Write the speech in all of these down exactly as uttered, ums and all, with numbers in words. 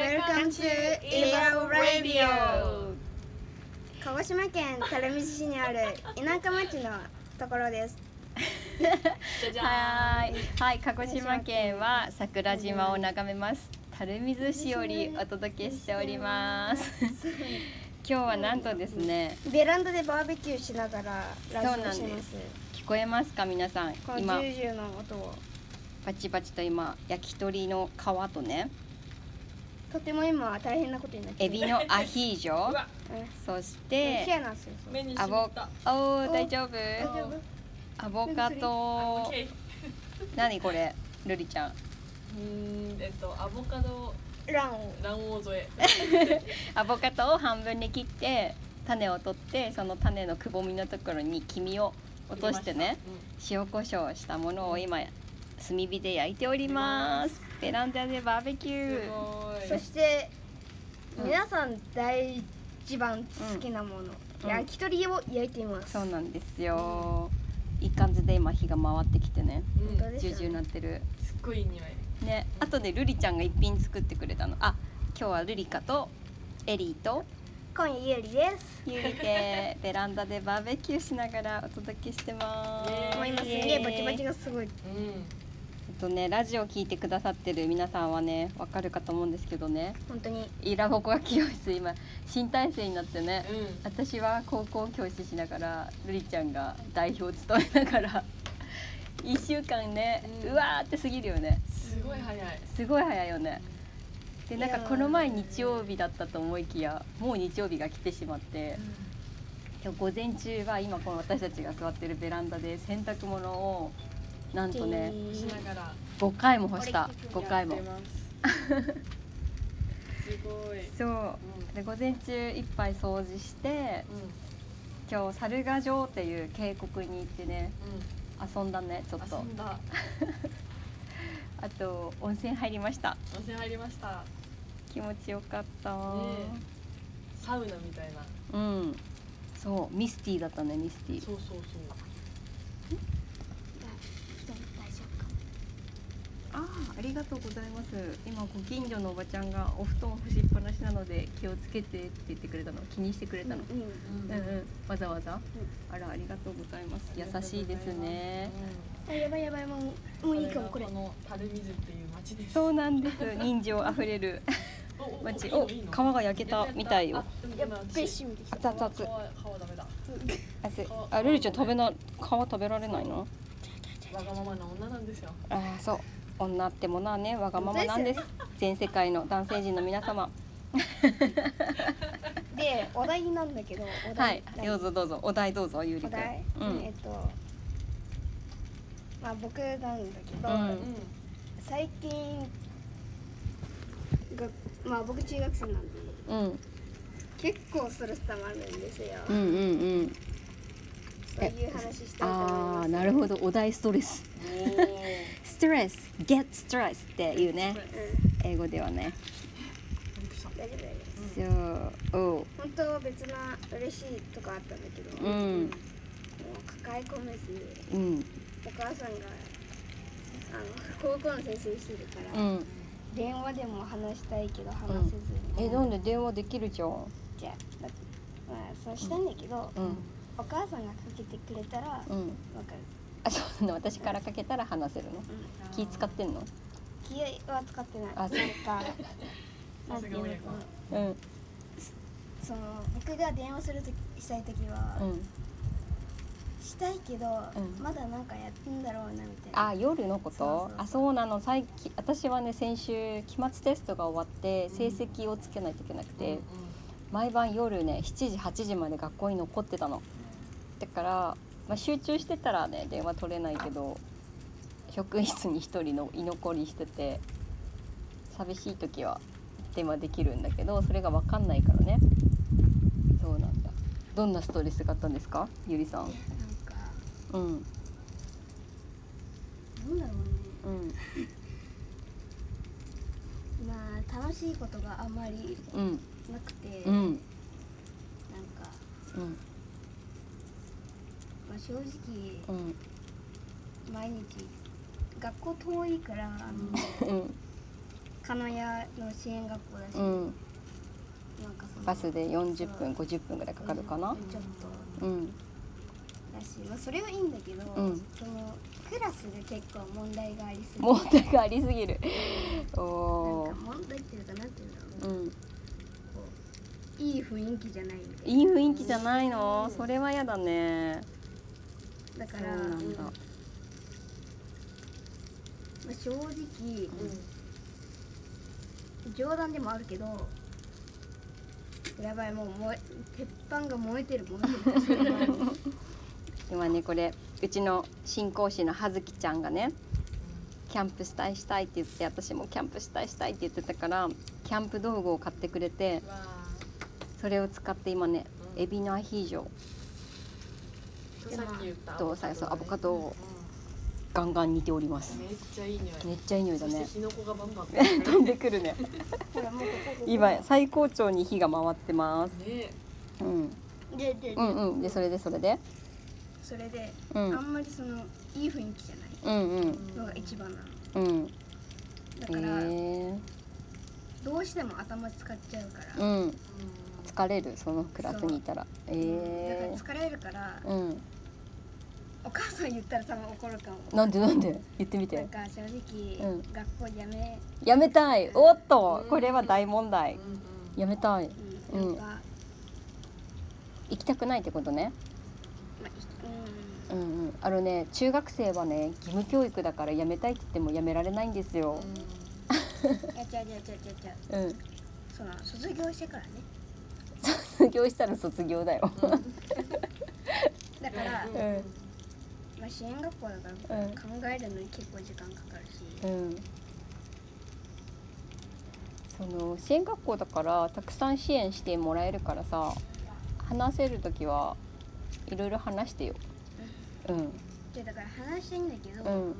Welcome to Eva Radio。鹿児島県垂水市にある田舎町のところです。 はい、はい、鹿児島県は桜島を眺めます垂水市よりお届けしております。今日はなんとですね、 ベランダでバーベキューしながらラジオしてます。 聞こえますか皆さん。 今ジュージューの音をパチパチと今焼き鳥の皮とね、 とても今大変なことになってエビのアヒージョそしてアボカド、大丈夫アボカド何これルリちゃん。 うーんえっとアボカド卵黄卵黄添えアボカドを半分に切って種を取って、その種のくぼみのところに黄身を落としてね、うん、塩コショウしたものを今炭火で焼いております。ベランダでバーベキュー。 そして、うん、皆さん大一番好きなもの、うん、焼き鳥を焼いています。 そうなんですよ、うん、いい感じで今火が回ってきてね、うん、ジュージューなってる。 すっごいいい匂いね。あとでルリちゃんが一品作ってくれたの。あ、今日はルリカとエリーと今夜ゆりです。 ゆりでベランダでバーベキューしながらお届けしてます。 もう今すげえバチバチがすごい。うん。 えっとね、ラジオを聞いてくださってる皆さんはね、わかるかと思うんですけどね。 本当に。 イラボコ教室今新体制になってね、うん、私は高校教師しながら、ルリちゃんが代表を務めながらいっしゅうかんね、うん、うわーって過ぎるよね。 すごい早い。 すごい早いよね。でなんかこの前日曜日だったと思いきやもう日曜日が来てしまって、うん、今日午前中は今この私たちが座ってるベランダで洗濯物をなんとねごかいも干した。ごかいもすごい。 そう、うん、で午前中いっぱい掃除して、うん、今日猿ヶ城っていう渓谷に行ってね、うん、遊んだね。ちょっと遊んだあと温泉入りました。 温泉入りました。 気持ちよかった、ね、 サウナみたいな。 うん、そうミスティーだったね。ミスティー。 そうそうそう。 ああ、ありがとうございます。今ご近所のおばちゃんがお布団干しっぱなしなので気をつけてって言ってくれたの。気にしてくれたの。うんうんうんうん、わざわざ、うん、あら、ありがとうございます。優しいですね。 あ、やばいやばい、もうもういいかも。これこの垂水っていう町です。 そうなんです。人情あふれる町。お、皮が焼けたみたいよ。 やっべしみでした。 熱々。皮ダメだ。 あ、ルリちゃん食べな、皮食べられないの？ わがままな女なんですよ。 ああ、そう。女ってものはね、わがままなんです。全世界の男性陣の皆様。 で、お題なんだけど、お題。はい、どうぞどうぞ、お題どうぞ、ゆりくん。 お題、うん、えっと、まあ僕なんだけど、うん、最近が、まあ僕中学生なんで、うん、結構ストレス溜まるんですよ。うんうんうん。そういう話したいと思います。 ああ、なるほど、お題ストレス。ストレス、get stress っていうね、うん、英語ではね。 大丈夫です。 そう、お。 本当は別な嬉しいとかあったんだけど、うん、もう抱え込めず、うん、お母さんがあの高校の先生してるから、うん、電話でも話したいけど話せずに、 うん、え、なんで電話できるじゃん。 じゃあ、まあそうしたんだけど、うん、お母さんがかけてくれたら、うん、分かる。 あ、そうなの。私からかけたら話せるの、うん、気使ってんの？ 気は使ってない。 あ、そうか。 なんていうのかな、うん、その僕が電話するときしたいときは、うん、したいけど、うん、まだなんかやってんだろうなみたいな。 あ、夜のこと？そうそうそう。あ、そうなの。最近私はね、先週期末テストが終わって成績をつけないといけなくて、うんうん、毎晩夜ねしちじはちじまで学校に残ってたの。だから、まあ、集中してたらね電話取れないけど、職員室に一人の居残りしてて寂しい時は電話できるんだけど、それが分かんないからね。そうなんだ。どんなストレスがあったんですか、ゆりさん？なんか、うん、 なんだろうね、うん、まあ楽しいことがあんまりなくて、うん、なんか、うん、まあ正直、うん、毎日学校遠いから、あの、うん、 鹿屋の支援学校だし、 うん、 なんかそのバスでよんじゅっぷんごじゅっぷんぐらいかかるかな、 うんちょっとうんだし、まあ、それはいいんだけど、 うん、 そのクラスで結構問題がありすぎて問題がありすぎるおなんか問題っていうかなんていうんだろう、 うん、 こういい雰囲気じゃないみたいいい雰囲気じゃないの、それはやだね。 なだからそうなんだ、 まあ、正直、冗談でもあるけど、やばい、もう燃え鉄板が燃えてる燃えてる今ねこれうちの新講師の葉月ちゃんがねキャンプしたいしたいって言って、私もキャンプしたいしたいって言ってたからキャンプ道具を買ってくれて、それを使って今ね、うん、エビのアヒージョとさっき言ったとさそうアボカドをガンガン煮ております。 めっちゃいい匂い。 めっちゃいい匂いだね。 そして火の粉がバンバン飛んでくるね今最高潮に火が回ってます、ね、うんでででうんうんでそれでそれでそれで、 うん、 あんまりそのいい雰囲気じゃない、 うんうん、 のが一番なの、うん、 だから、 えー、 どうしても頭使っちゃうから、 うん、疲れるそのクラスにいたら、えー、だから疲れるから、 うん、 お母さん言ったら多分怒るかも。 なんでなんで言ってみて。 なんか正直、うん、学校やめやめたい、おっと、うん、これは大問題、うん、やめたい、 うん、 うん、行きたくないってことね。うんうん、あのね中学生はね義務教育だからやめたいって言ってもやめられないんですよ。 うん、いや違う違う違う違う、うん、その卒業してからね。 卒業したら卒業だよ。 だから、うん、まあ支援学校だから考えるのに結構時間かかるし、うん、 その支援学校だからたくさん支援してもらえるからさ、話せるときはいろいろ話してよ。うん。 でだから話したいんだけど、うんうん、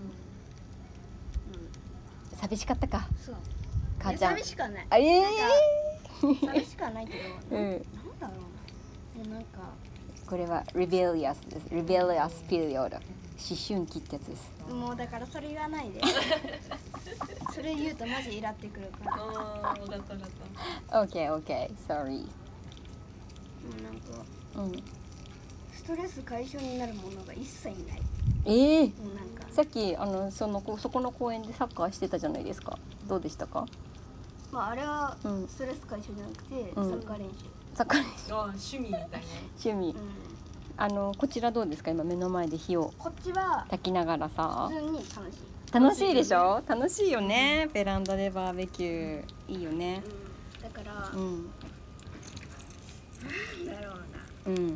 寂しかったか。 そう。 母ちゃん。 寂しくはない。 あえー、寂しくはないけど、うん、なんだろう。なんかこれは rebellious です。rebellious period。思春期ってやつです。 もうだからそれ言わないで。それ言うとマジイラってくるから。 ああ、分かった分かった。 Okay, okay, sorry。 もうなんか、 うん。 ストレス解消になるものが一切ない。 ええー、 なんかさっきあのそのそこの公園でサッカーしてたじゃないですか。どうでしたか？ まああれはストレス解消じゃなくて、うん、サッカー練習。 サッカー練習。 あ、趣味みたいな。 趣味。うん、あのこちらどうですか？今目の前で火をこっちは焚きながらさ。 普通に楽しい。 楽しいでしょ？楽しいよね。ベランダでバーベキューいいよね。 うん、だから、うん、なんだろうな。うん。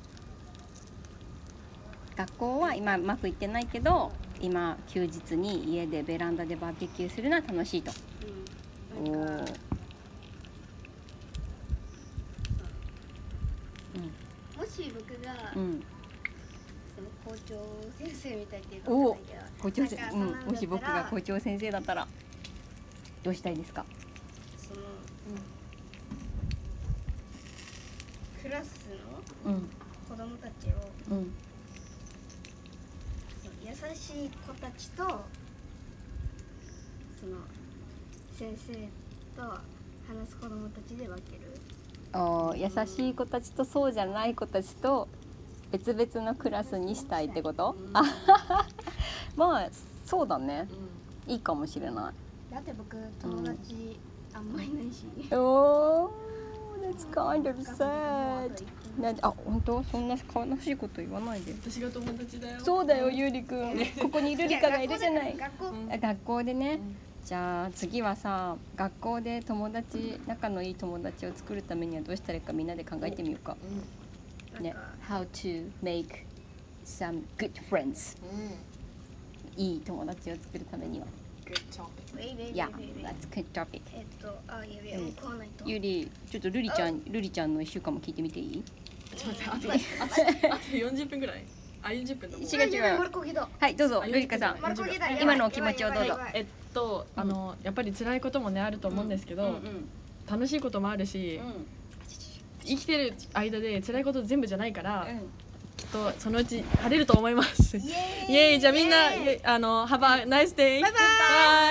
学校は今うまくいってないけど、今休日に家でベランダでバーベキューするのは楽しいと。うん、おお。うん。もし僕が、うん、校長先生みたいっていうかお校長先生、うん、もし僕が校長先生だったらどうしたいですか？ その、うん、クラスの子供たちを、うん、優しい子たちとその先生と話す子供たちで分ける。 あ、優しい子たちとそうじゃない子たちと別々のクラスにしたいってこと？うん、まあそうだね、うん、いいかもしれない。 だって僕友達あんまりいないし。 おー、that's kind of sad。なあ、本当？そんな悲しいこと言わないで。 私が友達だよ。 そうだよ、ゆうりくん。ここにルリカがいるじゃない。 学校、 うん、学校でね。うん、じゃあ次はさ、学校で友達、仲のいい友達を作るためにはどうしたらいいかみんなで考えてみようか。うん、ね、How to make some good friends、うん、いい友達を作るためには。 Good topic。 Yeah, that's good topic。 えっと、あ、やべえ、もう食わないと。 ゆり、ちょっとルリちゃん、ルリちゃんの一週間も聞いてみていい？ ちょっと待って、あと、あとよんじゅっぷんぐらい。あ、よんじゅっぷんだもん。 違う違う。はい、どうぞ、ルリカさん。今のお気持ちをどうぞ。 えっと、あの、やっぱり辛いこともねあると思うんですけど、楽しいこともあるし、生きてる間で辛いこと全部じゃないから、きっとそのうち晴れると思います。イエーイ。じゃあみんなあの Have a nice day。バイバイ。